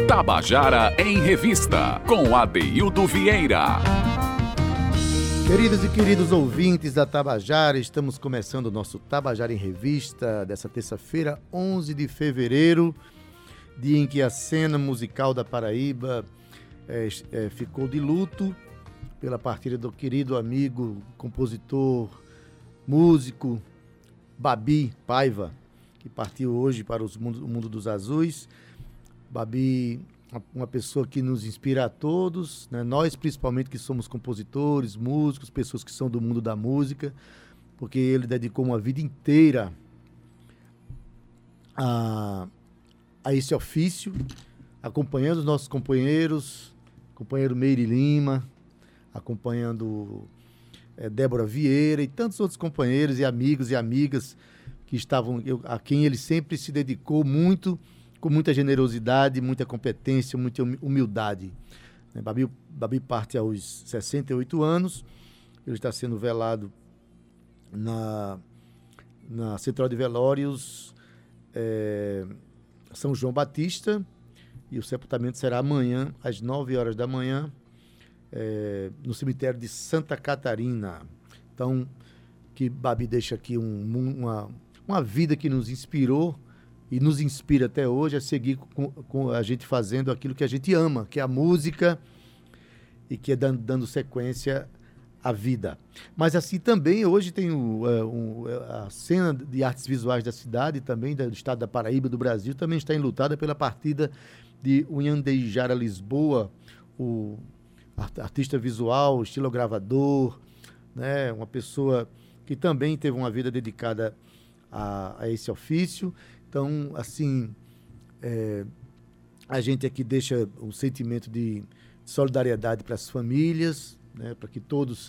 Tabajara em Revista, com Adeildo Vieira. Queridas e queridos ouvintes da Tabajara, estamos começando o nosso Tabajara em Revista dessa terça-feira, 11 de fevereiro, dia em que a cena musical da Paraíba ficou de luto pela partida do querido amigo, compositor, músico, Babi Paiva, que partiu hoje para o mundo dos azuis. Babi, uma pessoa que nos inspira a todos, né? Nós principalmente que somos compositores, músicos, pessoas que são do mundo da música, porque ele dedicou uma vida inteira a esse ofício, acompanhando os nossos companheiros, companheiro Meire Lima, acompanhando Débora Vieira e tantos outros companheiros e amigos e amigas que estavam, a quem ele sempre se dedicou muito, com muita generosidade, muita competência, muita humildade. Babi parte aos 68 anos, ele está sendo velado na Central de Velórios São João Batista, e o sepultamento será amanhã, às 9 horas da manhã, no cemitério de Santa Catarina. Então, que Babi deixa aqui uma vida que nos inspirou e nos inspira até hoje a seguir com a gente fazendo aquilo que a gente ama, que é a música, e que é dando sequência à vida. Mas assim também hoje tem a cena de artes visuais da cidade, também do estado da Paraíba, do Brasil, também está enlutada pela partida de Unhandeijara Lisboa, o artista visual, estilogravador, né? Uma pessoa que também teve uma vida dedicada a esse ofício. Então, assim, a gente aqui deixa um sentimento de solidariedade para as famílias, né? Para que todos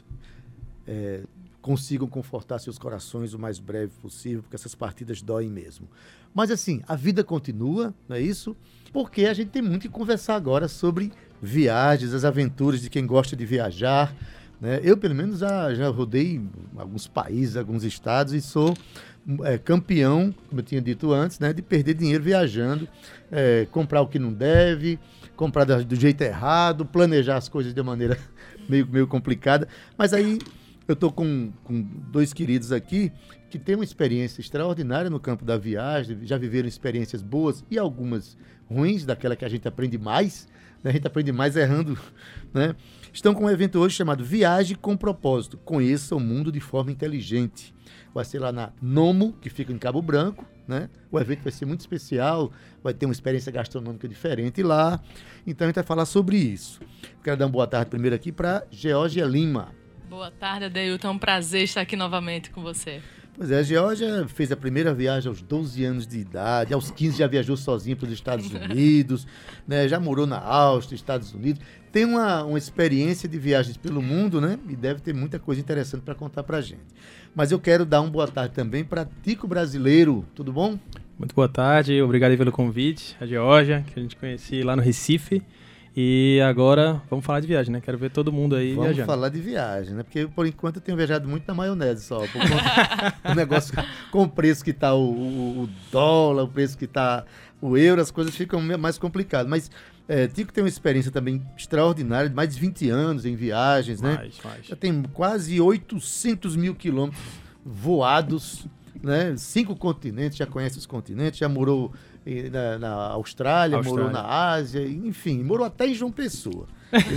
consigam confortar seus corações o mais breve possível, porque essas partidas doem mesmo. Mas, assim, a vida continua, não é isso? Porque a gente tem muito que conversar agora sobre viagens, as aventuras de quem gosta de viajar, né? Eu, pelo menos, já rodei alguns países, alguns estados e sou campeão, como eu tinha dito antes, né, de perder dinheiro viajando, comprar o que não deve, comprar do jeito errado, planejar as coisas de maneira meio complicada. Mas aí eu estou com dois queridos aqui que têm uma experiência extraordinária no campo da viagem, já viveram experiências boas e algumas ruins, daquela que a gente aprende mais, né? A gente aprende mais errando, né? Estão com um evento hoje chamado Viagem com Propósito. Conheça o mundo de forma inteligente. Vai ser lá na Nomo, que fica em Cabo Branco, né? O evento vai ser muito especial, vai ter uma experiência gastronômica diferente lá. Então a gente vai falar sobre isso. Quero dar uma boa tarde primeiro aqui para Geórgia Lima. Boa tarde, Adeilton. É um prazer estar aqui novamente com você. Pois é, a Geórgia fez a primeira viagem aos 12 anos de idade, aos 15 já viajou sozinha para os Estados Unidos, né? Já morou na Áustria, Estados Unidos. Tem uma experiência de viagens pelo mundo, né? E deve ter muita coisa interessante para contar para a gente. Mas eu quero dar uma boa tarde também para Tico Brasileiro. Tudo bom? Muito boa tarde, obrigado pelo convite. A Geórgia, que a gente conhecia lá no Recife. E agora vamos falar de viagem, né? Quero ver todo mundo aí viajando. Vamos falar de viagem, né? Porque por enquanto eu tenho viajado muito na maionese só. O negócio com o preço que está o dólar, o preço que está o euro, as coisas ficam mais complicadas. Mas Tico tem uma experiência também extraordinária, de mais de 20 anos em viagens, né? Mais. Já tem quase 800 mil quilômetros voados, né? 5 continentes, já conhece os continentes, já morou na Austrália, morou na Ásia, enfim, morou até em João Pessoa.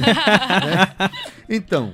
Né? Então,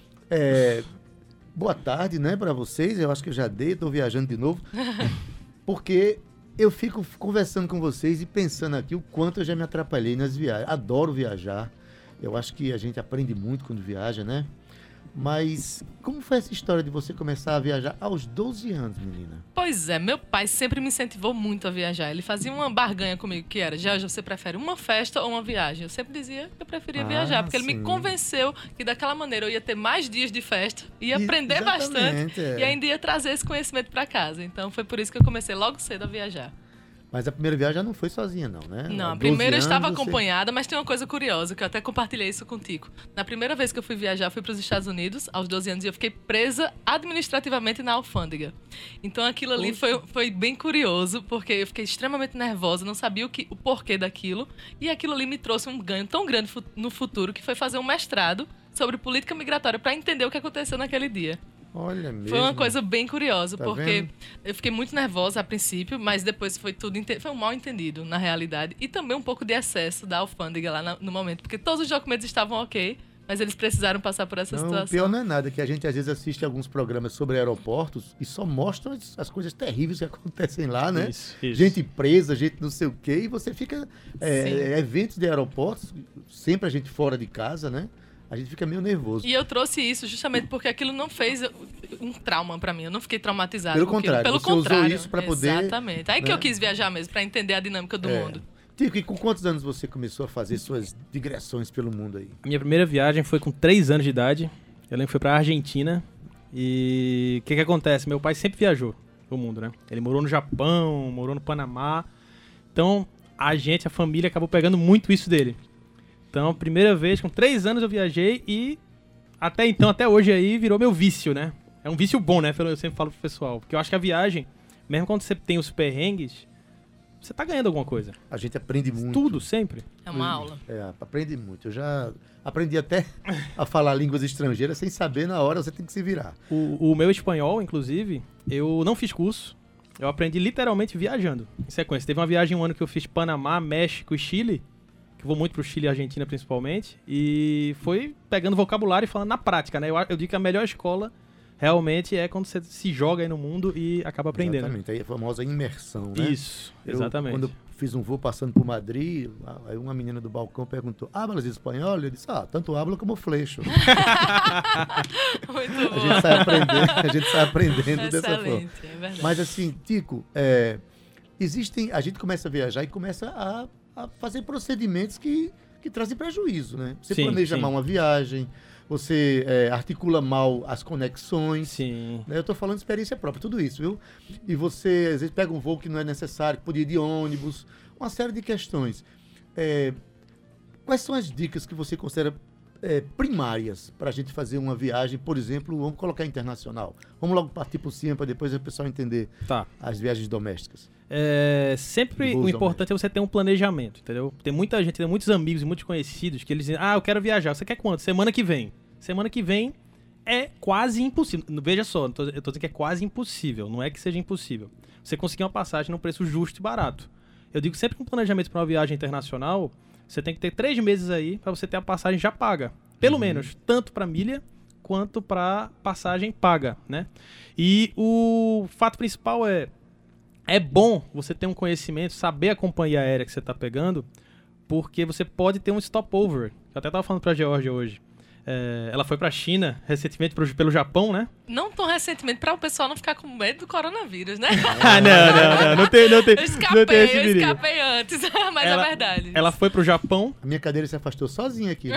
boa tarde, né, para vocês. Eu acho que eu já dei, estou viajando de novo, porque eu fico conversando com vocês e pensando aqui o quanto eu já me atrapalhei nas viagens. Adoro viajar, eu acho que a gente aprende muito quando viaja, né? Mas como foi essa história de você começar a viajar aos 12 anos, menina? Pois é, meu pai sempre me incentivou muito a viajar. Ele fazia uma barganha comigo, que era: Geórgia, você prefere uma festa ou uma viagem? Eu sempre dizia que eu preferia viajar, porque ele me convenceu que daquela maneira eu ia ter mais dias de festa, ia aprender bastante e ainda ia trazer esse conhecimento para casa. Então foi por isso que eu comecei logo cedo a viajar. Mas a primeira viagem já não foi sozinha, não, né? Não, a 12 primeira eu estava anos, acompanhada, mas tem uma coisa curiosa, que eu até compartilhei isso contigo. Na primeira vez que eu fui viajar, fui para os Estados Unidos, aos 12 anos, e eu fiquei presa administrativamente na alfândega. Então aquilo ali foi bem curioso, porque eu fiquei extremamente nervosa, não sabia o porquê daquilo, e aquilo ali me trouxe um ganho tão grande no futuro, que foi fazer um mestrado sobre política migratória para entender o que aconteceu naquele dia. Olha mesmo. Foi uma coisa bem curiosa, Tá porque vendo? eu fiquei muito nervosa a princípio, mas depois foi foi um mal entendido, na realidade. E também um pouco de excesso da alfândega lá no momento, porque todos os documentos estavam ok, mas eles precisaram passar por essa Não, situação. o pior não é nada, que a gente às vezes assiste alguns programas sobre aeroportos e só mostram as coisas terríveis que acontecem lá, né? Isso. Gente presa, gente não sei o quê, e você fica... eventos de aeroportos, sempre a gente fora de casa, né? A gente fica meio nervoso. E eu trouxe isso justamente porque aquilo não fez um trauma pra mim. Eu não fiquei traumatizada. Pelo com aquilo. contrário, Pelo você usou contrário. isso pra poder, Exatamente. Aí que né? eu quis viajar mesmo, pra entender a dinâmica do mundo. Tico, e com quantos anos você começou a fazer suas digressões pelo mundo aí? A minha primeira viagem foi com 3 anos de idade. Eu lembro que foi pra Argentina. E o que acontece? Meu pai sempre viajou o mundo, né? Ele morou no Japão, morou no Panamá. Então, a família, acabou pegando muito isso dele. Então, primeira vez, com 3 anos eu viajei e até então, até hoje aí, virou meu vício, né? É um vício bom, né? Eu sempre falo pro pessoal. Porque eu acho que a viagem, mesmo quando você tem os perrengues, você tá ganhando alguma coisa. A gente aprende muito. Tudo, sempre. É uma aula. Aprende muito. Eu já aprendi até a falar línguas estrangeiras sem saber, na hora você tem que se virar. O meu espanhol, inclusive, eu não fiz curso. Eu aprendi literalmente viajando. Em sequência, teve uma viagem um ano que eu fiz Panamá, México e Chile. Que eu vou muito pro Chile e Argentina, principalmente. E foi pegando vocabulário e falando na prática, né? Eu digo que a melhor escola realmente é quando você se joga aí no mundo e acaba aprendendo. Exatamente. Aí a famosa imersão, né? Isso, exatamente. Quando eu fiz um voo passando por Madrid, aí uma menina do balcão perguntou: "Hablas espanhol?" Eu disse: "Tanto hablo como flecho." Muito bom. A gente sai aprendendo dessa forma. Excelente, é verdade. Mas assim, Tico, a gente começa a viajar e começa a fazer procedimentos que trazem prejuízo, né? Você Sim, planeja sim. mal uma viagem, você articula mal as conexões. Sim. Né? Eu estou falando de experiência própria, tudo isso, viu? E você, às vezes, pega um voo que não é necessário, que podia ir de ônibus, uma série de questões. Quais são as dicas que você considera primárias para a gente fazer uma viagem, por exemplo, vamos colocar internacional? Vamos logo partir por cima para depois o pessoal entender Tá. as viagens domésticas. Sempre Voos o importante é você ter um planejamento, entendeu? Tem muita gente, tem muitos amigos e muitos conhecidos que eles dizem: eu quero viajar. Você quer quanto? Semana que vem. Semana que vem é quase impossível. Veja só, eu tô dizendo que é quase impossível. Não é que seja impossível. Você conseguir uma passagem num preço justo e barato. Eu digo sempre que um planejamento para uma viagem internacional, você tem que ter 3 meses aí para você ter a passagem já paga. Pelo menos, tanto para milha quanto para passagem paga, né? E o fato principal é bom você ter um conhecimento, saber a companhia aérea que você está pegando, porque você pode ter um stopover. Eu até estava falando para a Geórgia hoje. Ela foi para a China recentemente pelo Japão, né? Não tão recentemente, para o pessoal não ficar com medo do coronavírus, né? Não tem Eu esse perigo. escapei antes, mas é verdade. Ela foi pro Japão. A minha cadeira se afastou sozinha aqui.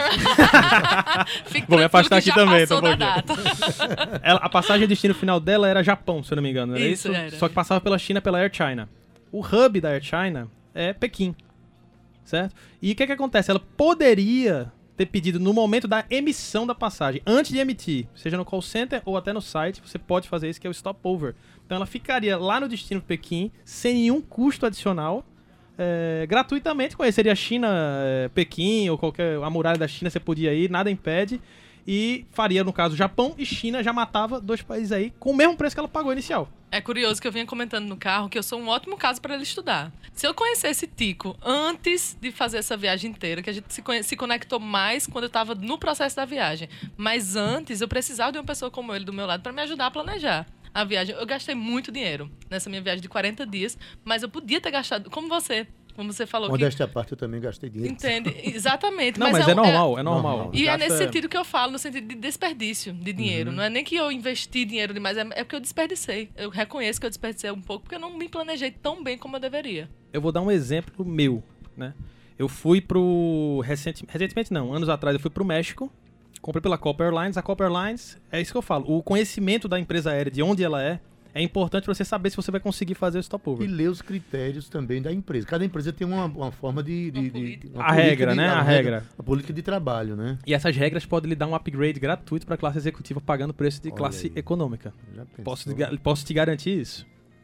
Fique Vou me afastar tranquilo aqui que já também, passou tá da bom, data. A passagem de destino final dela era Japão, se eu não me engano. Não era Isso, isso? era. Só que passava pela China, pela Air China. O hub da Air China é Pequim, certo? E o que acontece? Ela poderia ter pedido no momento da emissão da passagem, antes de emitir, seja no call center ou até no site, você pode fazer isso, que é o stopover. Então ela ficaria lá no destino Pequim, sem nenhum custo adicional, gratuitamente, conheceria a China, Pequim ou a muralha da China, você podia ir, nada impede, e faria, no caso, Japão e China, já matava 2 países aí, com o mesmo preço que ela pagou inicial. É curioso que eu vinha comentando no carro que eu sou um ótimo caso para ele estudar. Se eu conhecesse Tico antes de fazer essa viagem inteira, que a gente se conectou mais quando eu estava no processo da viagem, mas antes eu precisava de uma pessoa como ele do meu lado para me ajudar a planejar a viagem. Eu gastei muito dinheiro nessa minha viagem de 40 dias, mas eu podia ter gastado, como você falou. Modéstia à parte, eu também gastei dinheiro. Entende? Exatamente. Não, mas é normal. E Gasta... é nesse sentido que eu falo, no sentido de desperdício de dinheiro. Não é nem que eu investi dinheiro demais, é porque eu desperdicei. Eu reconheço que eu desperdicei um pouco, porque eu não me planejei tão bem como eu deveria. Eu vou dar um exemplo meu, né? Eu fui recentemente não, anos atrás eu fui pro México, comprei pela Copa Airlines. A Copa Airlines, é isso que eu falo, o conhecimento da empresa aérea, de onde ela é é importante pra você saber se você vai conseguir fazer o E stopover. ler os critérios também da empresa. Cada empresa tem uma forma política. A regra, né? A regra. A política de trabalho, né? E essas regras podem lhe dar um upgrade gratuito pra classe executiva pagando preço de Olha classe aí. econômica. Já pensou? Posso te garantir isso.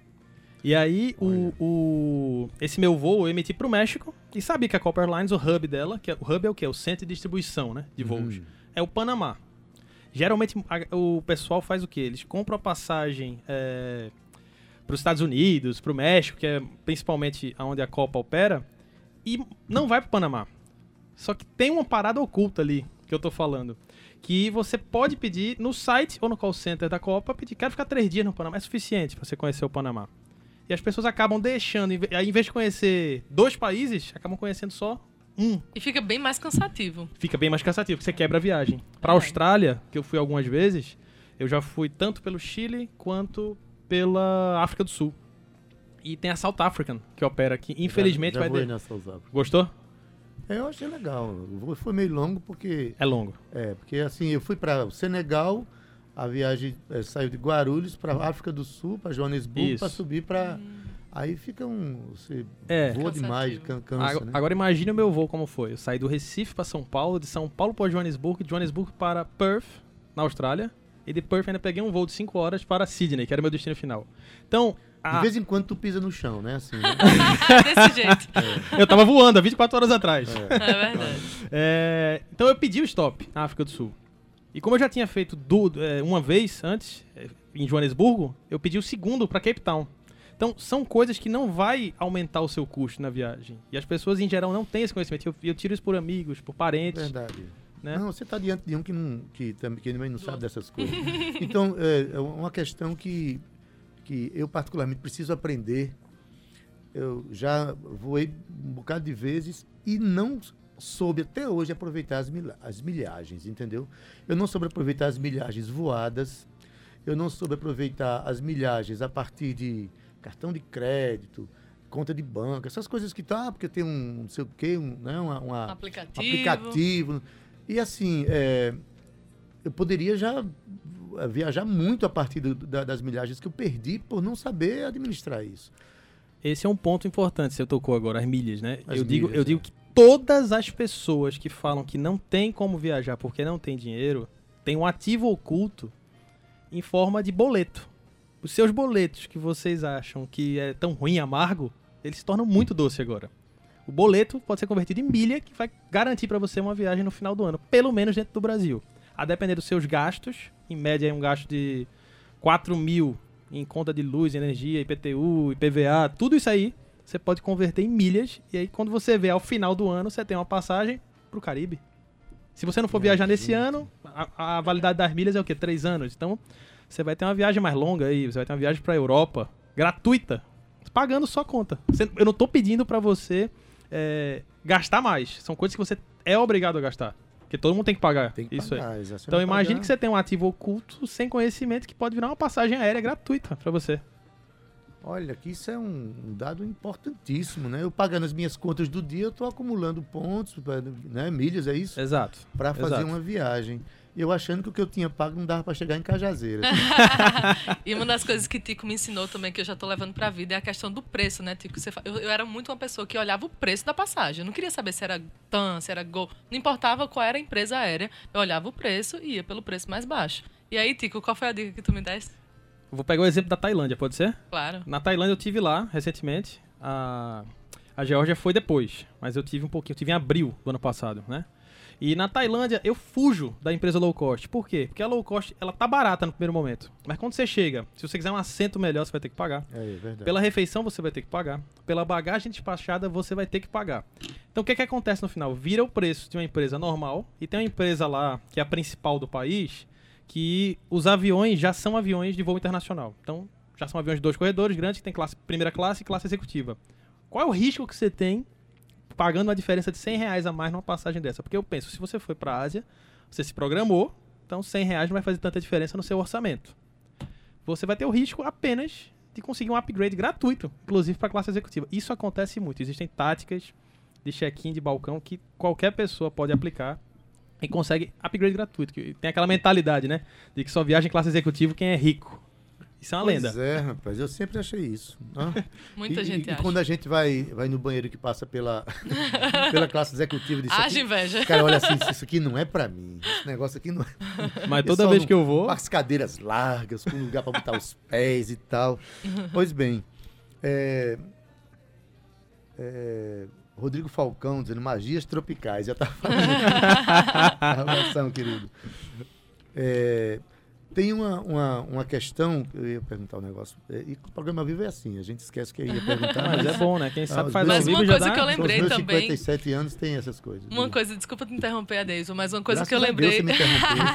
E aí, esse meu voo eu emiti pro México e sabia que a Copa Airlines, o hub dela, o hub é o quê? O centro de distribuição, né? De voos. É o Panamá. Geralmente o pessoal faz o quê? Eles compram a passagem para os Estados Unidos, para o México, que é principalmente onde a Copa opera, e não vai para o Panamá. Só que tem uma parada oculta ali, que eu tô falando, que você pode pedir no site ou no call center da Copa, pedir, quero ficar 3 dias no Panamá, é suficiente para você conhecer o Panamá. E as pessoas acabam deixando, aí em vez de conhecer 2 países, acabam conhecendo só um. E fica bem mais cansativo. Fica bem mais cansativo, porque você quebra a viagem. Pra Austrália, que eu fui algumas vezes, eu já fui tanto pelo Chile quanto pela África do Sul. E tem a South African, que opera aqui. Infelizmente já vai voei ter. na South Africa. Gostou? Eu achei legal. O voo foi meio longo porque... É longo. Porque assim, eu fui para o Senegal, a viagem saiu de Guarulhos para África do Sul, para Joanesburgo, Isso. para subir para... Aí fica você voa Cansativo. demais, cansa, né? Agora imagine o meu voo como foi. Eu saí do Recife para São Paulo, de São Paulo para Joanesburgo, de Joanesburgo para Perth, na Austrália, e de Perth ainda peguei um voo de 5 horas para Sydney, que era o meu destino final. Então, De vez em quando tu pisa no chão, né? Assim, né? Desse jeito. eu tava voando há 24 horas atrás. É verdade. Então eu pedi o stop na África do Sul. E como eu já tinha feito uma vez antes, em Joanesburgo, eu pedi o segundo para Cape Town. Então, são coisas que não vai aumentar o seu custo na viagem. E as pessoas, em geral, não têm esse conhecimento. Eu tiro isso por amigos, por parentes. Verdade. Né? Não, você está diante de um que também não sabe dessas coisas. Então, é uma questão que eu particularmente preciso aprender. Eu já voei um bocado de vezes e não soube até hoje aproveitar as milhagens, entendeu? Eu não soube aproveitar as milhagens voadas, eu não soube aproveitar as milhagens a partir de cartão de crédito, conta de banco, essas coisas que porque tem um não sei o quê, um aplicativo. E assim, eu poderia já viajar muito a partir das milhagens que eu perdi por não saber administrar isso. Esse é um ponto importante, você tocou agora, as milhas, né? Eu digo que todas as pessoas que falam que não tem como viajar porque não tem dinheiro, tem um ativo oculto em forma de boleto. Os seus boletos que vocês acham que é tão ruim e amargo, eles se tornam muito doce agora. O boleto pode ser convertido em milha, que vai garantir para você uma viagem no final do ano, pelo menos dentro do Brasil. A depender dos seus gastos, em média é um gasto de 4 mil em conta de luz, energia, IPTU, IPVA, tudo isso aí, você pode converter em milhas, e aí quando você vê ao final do ano, você tem uma passagem pro Caribe. Se você não for viajar nesse ano, a validade das milhas é o quê? 3 anos. Então, você vai ter uma viagem mais longa aí, você vai ter uma viagem pra Europa, gratuita, pagando sua conta. Eu não tô pedindo pra você gastar mais. São coisas que você é obrigado a gastar. Porque todo mundo tem que pagar. Tem que isso pagar, aí. exatamente. Então imagine que você tem um ativo oculto sem conhecimento que pode virar uma passagem aérea gratuita pra você. Olha, que isso é um dado importantíssimo, né? Eu pagando as minhas contas do dia, eu estou acumulando pontos, né? Milhas, é isso? Exato. Para fazer Exato. uma viagem. E eu achando que o que eu tinha pago não dava para chegar em Cajazeiras. E uma das coisas que Tico me ensinou também, que eu já tô levando pra vida, é a questão do preço, né, Tico? Eu era muito uma pessoa que olhava o preço da passagem. Eu não queria saber se era TAM, se era Gol. Não importava qual era a empresa aérea. Eu olhava o preço e ia pelo preço mais baixo. E aí, Tico, qual foi a dica que tu me deste? Vou pegar o exemplo da Tailândia, pode ser? Claro. Na Tailândia eu tive lá, recentemente. A Geórgia foi depois, mas eu tive em abril do ano passado, né? E na Tailândia eu fujo da empresa low cost. Por quê? Porque a low cost, ela tá barata no primeiro momento. Mas quando você chega, se você quiser um assento melhor, você vai ter que pagar. É verdade. Pela refeição você vai ter que pagar. Pela bagagem despachada você vai ter que pagar. Então o que acontece no final? Vira o preço de uma empresa normal e tem uma empresa lá, que é a principal do país, que os aviões já são aviões de voo internacional. Então já são aviões de 2 corredores grandes, que tem primeira classe e classe executiva. Qual é o risco que você tem pagando uma diferença de R$100 a mais numa passagem dessa? Porque eu penso, se você foi para a Ásia, você se programou, então R$100 não vai fazer tanta diferença no seu orçamento. Você vai ter o risco apenas de conseguir um upgrade gratuito, inclusive para a classe executiva. Isso acontece muito. Existem táticas de check-in de balcão que qualquer pessoa pode aplicar e consegue upgrade gratuito. Tem aquela mentalidade, né? De que só viaja em classe executiva quem é rico. Isso é uma lenda. Pois é, rapaz, eu sempre achei isso. Né? Muita gente acha. E quando a gente vai no banheiro que passa pela classe executiva disso Haja aqui, inveja. cara, olha assim, isso aqui não é pra mim. Esse negócio aqui não é. Mas toda vez que eu vou... As cadeiras largas, com lugar pra botar os pés e tal. Pois bem, Rodrigo Falcão dizendo magias tropicais. Já tá falando. Abração, querido. Tem uma questão, eu ia perguntar um negócio, e o programa ao vivo é assim, a gente esquece que eu ia perguntar. Mas é bom, né? Quem sabe faz mas ao vivo uma já coisa dá. que eu lembrei Os meus também... 57 anos tem essas coisas. Uma coisa, desculpa te interromper, Adeilson, mas uma coisa Graças que eu a Deus lembrei... você me interrompeu.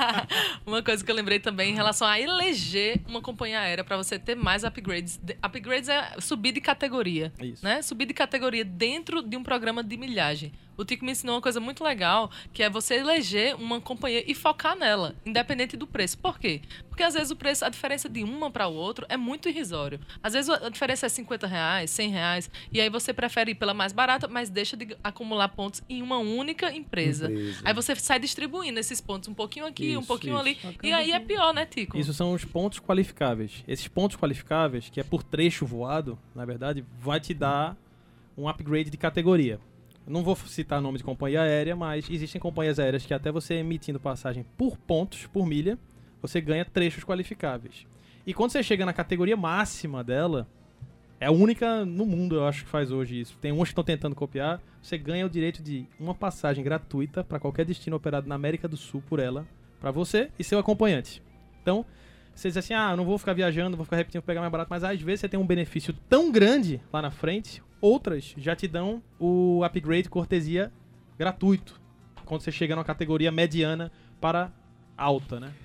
Uma coisa que eu lembrei também em relação a eleger uma companhia aérea para você ter mais upgrades. Upgrades é subir de categoria, Isso. né? Subir de categoria dentro de um programa de milhagem. O Tico me ensinou uma coisa muito legal, que é você eleger uma companhia e focar nela, independente do preço. Por quê? Porque às vezes o preço, a diferença de uma para o outro é muito irrisório. Às vezes a diferença é R$50, R$100, e aí você prefere ir pela mais barata, mas deixa de acumular pontos em uma única empresa. Aí você sai distribuindo esses pontos um pouquinho aqui, um pouquinho ali, e aí é pior, né, Tico? Isso são os pontos qualificáveis. Esses pontos qualificáveis, que é por trecho voado, na verdade, vai te dar um upgrade de categoria. Eu não vou citar nome de companhia aérea, mas existem companhias aéreas que até você emitindo passagem por pontos, por milha, você ganha trechos qualificáveis. E quando você chega na categoria máxima dela, é a única no mundo, eu acho, que faz hoje isso. Tem uns que estão tentando copiar, você ganha o direito de uma passagem gratuita para qualquer destino operado na América do Sul por ela, para você e seu acompanhante. Então, você diz assim, eu não vou ficar viajando, vou ficar repetindo para pegar mais barato, mas às vezes você tem um benefício tão grande lá na frente, outras já te dão o upgrade cortesia gratuito, quando você chega numa categoria mediana para alta, né?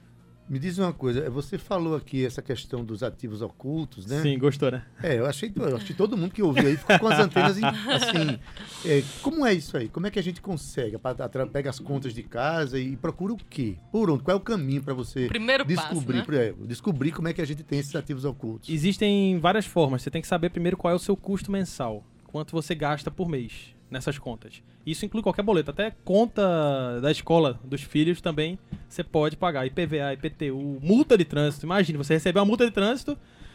Me diz uma coisa, você falou aqui essa questão dos ativos ocultos, né? Sim, gostou, né? Eu achei que todo mundo que ouviu aí ficou com as antenas assim. Como é isso aí? Como é que a gente consegue? Pega as contas de casa e procura o quê? Por onde? Qual é o caminho para você Primeiro descobrir, passo, né? Descobrir como é que a gente tem esses ativos ocultos? Existem várias formas. Você tem que saber primeiro qual é o seu custo mensal, quanto você gasta por mês nessas contas. Isso inclui qualquer boleto, até conta da escola dos filhos também você pode pagar. IPVA, IPTU, multa de trânsito. Imagina, você receber uma multa de trânsito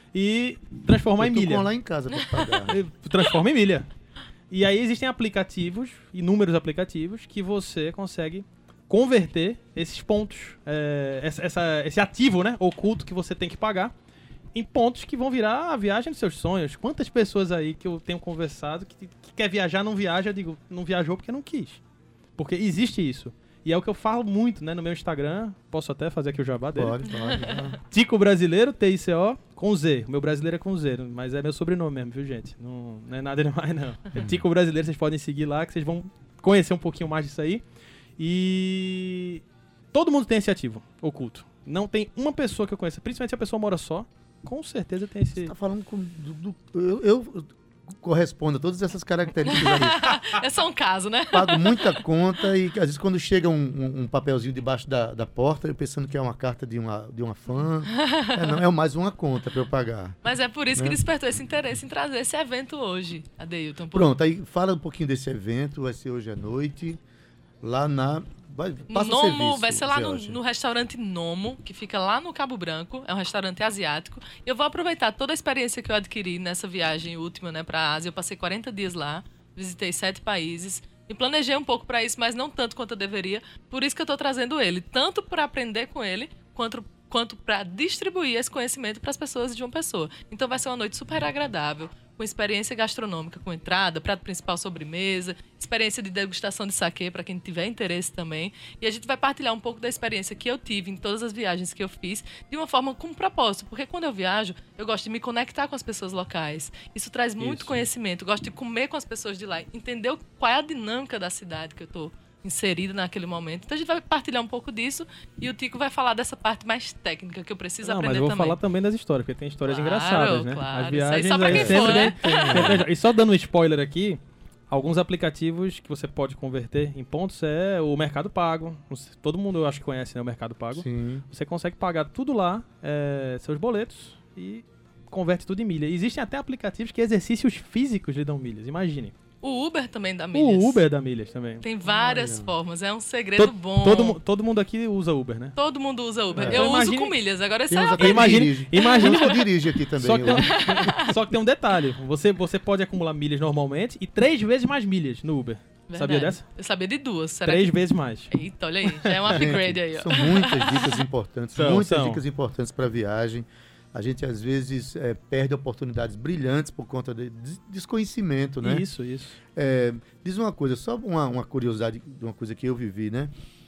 e transformar em milha. Eu tô com lá em casa para pagar. Transforma em milha. E aí existem aplicativos, inúmeros aplicativos, que você consegue converter esses pontos, esse ativo, né, oculto que você tem que pagar, em pontos que vão virar a viagem dos seus sonhos. Quantas pessoas aí que eu tenho conversado que quer viajar, não viaja, eu digo, não viajou porque não quis. Porque existe isso. E é o que eu falo muito, né, no meu Instagram. Posso até fazer aqui o jabá dele. Pode. Tico Brasileiro, TICO, com Z. O meu brasileiro é com Z, mas é meu sobrenome mesmo, viu, gente? Não é nada demais, não. É Tico Brasileiro, vocês podem seguir lá, que vocês vão conhecer um pouquinho mais disso aí. E todo mundo tem esse ativo oculto. Não tem uma pessoa que eu conheça, principalmente se a pessoa mora só, com certeza tem esse... Você tá falando com... Eu correspondo a todas essas características aí. É só um caso, né? Pago muita conta e às vezes quando chega um papelzinho debaixo da porta, eu pensando que é uma carta de uma fã. Não, é mais uma conta para eu pagar. Mas é por isso que despertou esse interesse em trazer esse evento hoje, Adeilton. Pronto, aí fala um pouquinho desse evento, vai ser hoje à noite, lá na... Passa Nomo, serviço, vai ser lá Georgia. no restaurante Nomo, que fica lá no Cabo Branco, é um restaurante asiático. Eu vou aproveitar toda a experiência que eu adquiri nessa viagem última, né, para a Ásia. Eu passei 40 dias lá, visitei 7 países e planejei um pouco para isso, mas não tanto quanto eu deveria. Por isso que eu estou trazendo ele, tanto para aprender com ele, quanto para distribuir esse conhecimento para as pessoas de uma pessoa. Então vai ser uma noite super agradável, com experiência gastronômica, com entrada, prato principal, sobremesa, experiência de degustação de saquê para quem tiver interesse também. E a gente vai partilhar um pouco da experiência que eu tive em todas as viagens que eu fiz, de uma forma com propósito, porque quando eu viajo, eu gosto de me conectar com as pessoas locais. Isso traz muito conhecimento, eu gosto de comer com as pessoas de lá, entender qual é a dinâmica da cidade que eu estou inserido naquele momento. Então a gente vai partilhar um pouco disso e o Tico vai falar dessa parte mais técnica que eu preciso aprender mas eu vou também. falar também das histórias, porque tem histórias Claro, engraçadas, né? claro. As viagens Isso aí só pra quem for, né? E só dando um spoiler aqui, alguns aplicativos que você pode converter em pontos é o Mercado Pago. Todo mundo eu acho que conhece, né, o Mercado Pago. Sim. Você consegue pagar tudo lá, seus boletos, e converte tudo em milha. Existem até aplicativos que exercícios físicos lhe dão milhas, imagine. O Uber também dá milhas. O Uber dá milhas também. Tem várias formas, é um segredo bom. Todo mundo aqui usa Uber, né? Todo mundo usa Uber. É. Eu Então, uso com milhas, agora isso é Imagine eu dirige aqui também. Só que tem um detalhe. Você pode acumular milhas normalmente e 3 vezes mais milhas no Uber. Verdade. Sabia dessa? Eu sabia de 2. Será 3 vezes mais. Eita, olha aí. Já é um upgrade aí, ó. São muitas dicas importantes. São. Dicas importantes para viagem. A gente, às vezes, perde oportunidades brilhantes por conta de desconhecimento, né? Isso. Diz uma coisa, só uma curiosidade de uma coisa que eu vivi, né?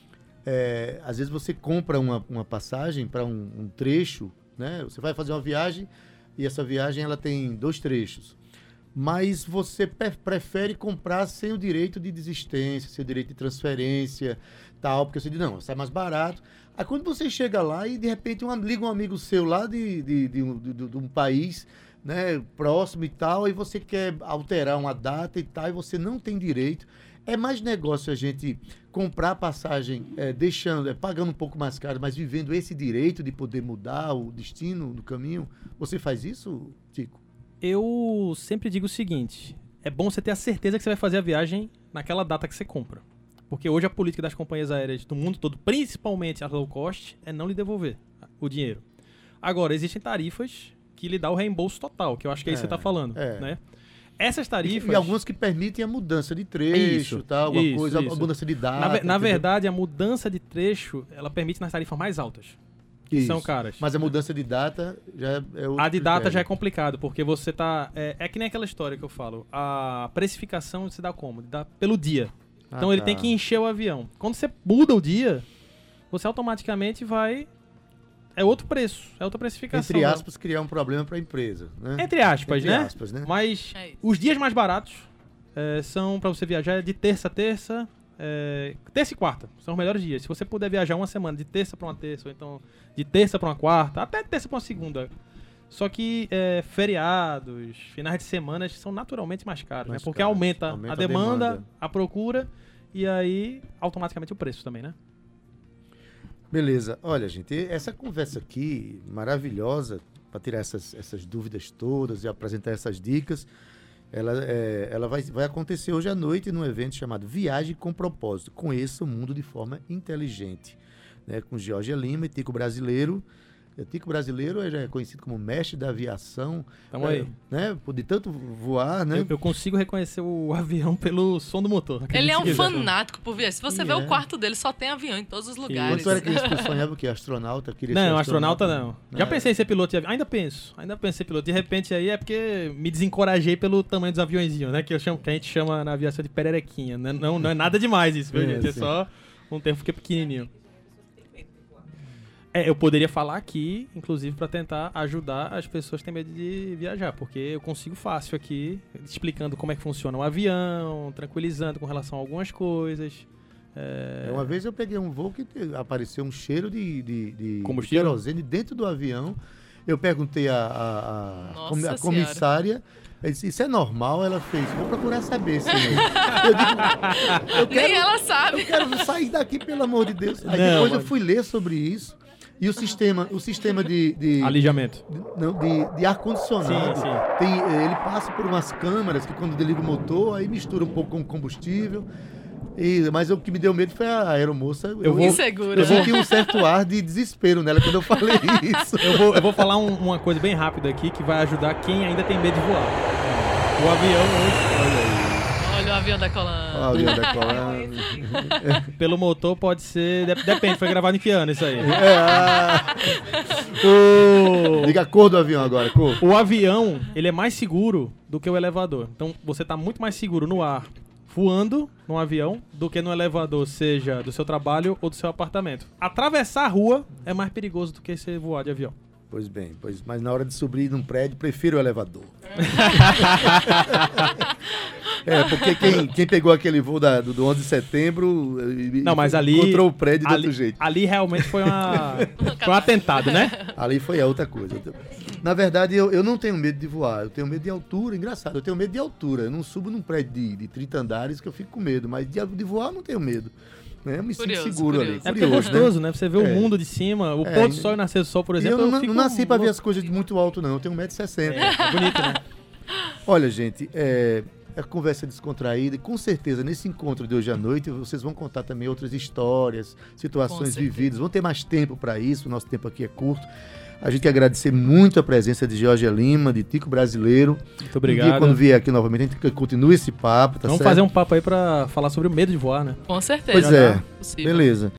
Às vezes você compra uma passagem para um trecho, né? Você vai fazer uma viagem e essa viagem ela tem 2 trechos. Mas você prefere comprar sem o direito de desistência, sem o direito de transferência, tal, porque você diz, não, sai mais barato. Aí quando você chega lá e de repente liga um amigo seu lá de um país, né, próximo e tal, e você quer alterar uma data e tal, e você não tem direito. É mais negócio a gente comprar a passagem, pagando um pouco mais caro, mas vivendo esse direito de poder mudar o destino do caminho. Você faz isso, Tico? Eu sempre digo o seguinte, é bom você ter a certeza que você vai fazer a viagem naquela data que você compra. Porque hoje a política das companhias aéreas do mundo todo, principalmente as low cost, é não lhe devolver o dinheiro. Agora, existem tarifas que lhe dá o reembolso total, que eu acho que é isso que você está falando, né? Essas tarifas... E algumas que permitem a mudança de trecho, tal, alguma coisa, a mudança de data. Na verdade, a mudança de trecho, ela permite nas tarifas mais altas. Que são caras. Mas a mudança de data já é outro A de data critério. já é complicado, porque você tá... É que nem aquela história que eu falo. A precificação se dá como? Dá pelo dia. Então ele tem que encher o avião. Quando você muda o dia, você automaticamente vai... É outro preço, é outra precificação. Entre aspas, criar um problema para a empresa, né? Entre aspas, Entre né? aspas, né? Mas os dias mais baratos são para você viajar de terça a terça, terça e quarta. São os melhores dias. Se você puder viajar uma semana de terça para uma terça, ou então de terça para uma quarta, até terça para uma segunda. Só que feriados, finais de semana são naturalmente mais caros, né? Porque aumenta a demanda, a procura e aí automaticamente o preço também, né? Beleza. Olha, gente, essa conversa aqui, maravilhosa, para tirar essas dúvidas todas e apresentar essas dicas, ela vai acontecer hoje à noite num evento chamado Viagem com Propósito. Conheça o mundo de forma inteligente, né? Com Georgia Lima e Tico Brasileiro. Tico Brasileiro é conhecido como mestre da aviação. Tamo aí. Né? De tanto voar, né? Eu consigo reconhecer o avião pelo som do motor. Ele é um fanático por viagem. Se você vê o quarto dele, só tem avião em todos os lugares. Quando tu era criança, tu sonhava o quê? Astronauta? Não, astronauta não. Já pensei em ser piloto de avião. Ainda penso em ser piloto. De repente aí é porque me desencorajei pelo tamanho dos aviõezinhos, né? Que a gente chama na aviação de pererequinha. Não é nada demais isso, viu, gente? É só um tempo que é pequenininho. Eu poderia falar aqui, inclusive, para tentar ajudar as pessoas que têm medo de viajar, porque eu consigo fácil aqui, explicando como é que funciona o avião, tranquilizando com relação a algumas coisas. Uma vez eu peguei um voo que apareceu um cheiro de combustível, querosene dentro do avião. Eu perguntei a comissária, ela disse, isso é normal? Ela fez, vou procurar saber, senhor. Nem ela sabe. Eu quero sair daqui, pelo amor de Deus. Aí depois eu fui ler sobre isso. E o sistema de alijamento. De ar-condicionado. Sim. Ele passa por umas câmaras que quando desliga o motor, aí mistura um pouco com combustível. Mas o que me deu medo foi a aeromoça. Insegura. Eu senti um certo ar de desespero nela quando eu falei isso. Eu vou falar uma coisa bem rápida aqui que vai ajudar quem ainda tem medo de voar. O avião hoje... Olha aí. Olha o avião decolando. O avião decolando. Pelo motor pode ser... Depende, foi gravado em que ano isso aí? Diga a cor do avião agora, cor. O avião, ele é mais seguro do que o elevador. Então, você está muito mais seguro no ar, voando num avião, do que no elevador, seja do seu trabalho ou do seu apartamento. Atravessar a rua é mais perigoso do que você voar de avião. Pois bem, mas na hora de subir num prédio, prefiro o elevador. Porque quem pegou aquele voo do 11 de setembro encontrou o prédio de outro jeito. Ali realmente foi um atentado, né? Ali foi a outra coisa. Na verdade, eu não tenho medo de voar, eu tenho medo de altura. Engraçado, eu tenho medo de altura. Eu não subo num prédio de 30 andares que eu fico com medo, mas de voar eu não tenho medo. Eu me sinto seguro ali. É porque é gostoso, né? Você vê o mundo de cima, o pôr do sol e nascer do sol, por exemplo. Eu não nasci pra ver as coisas de muito alto, não. Eu tenho 1,60 m. É bonito, né? Olha, gente, a conversa descontraída, e com certeza nesse encontro de hoje à noite vocês vão contar também outras histórias, situações vividas, vão ter mais tempo para isso, o nosso tempo aqui é curto. A gente quer agradecer muito a presença de Georgia Lima, de Tico Brasileiro. Muito obrigado. Um dia, quando vier aqui novamente, a gente continua esse papo, tá Vamos certo? fazer um papo aí pra falar sobre o medo de voar, né? Com certeza. Pois é, Possível. beleza.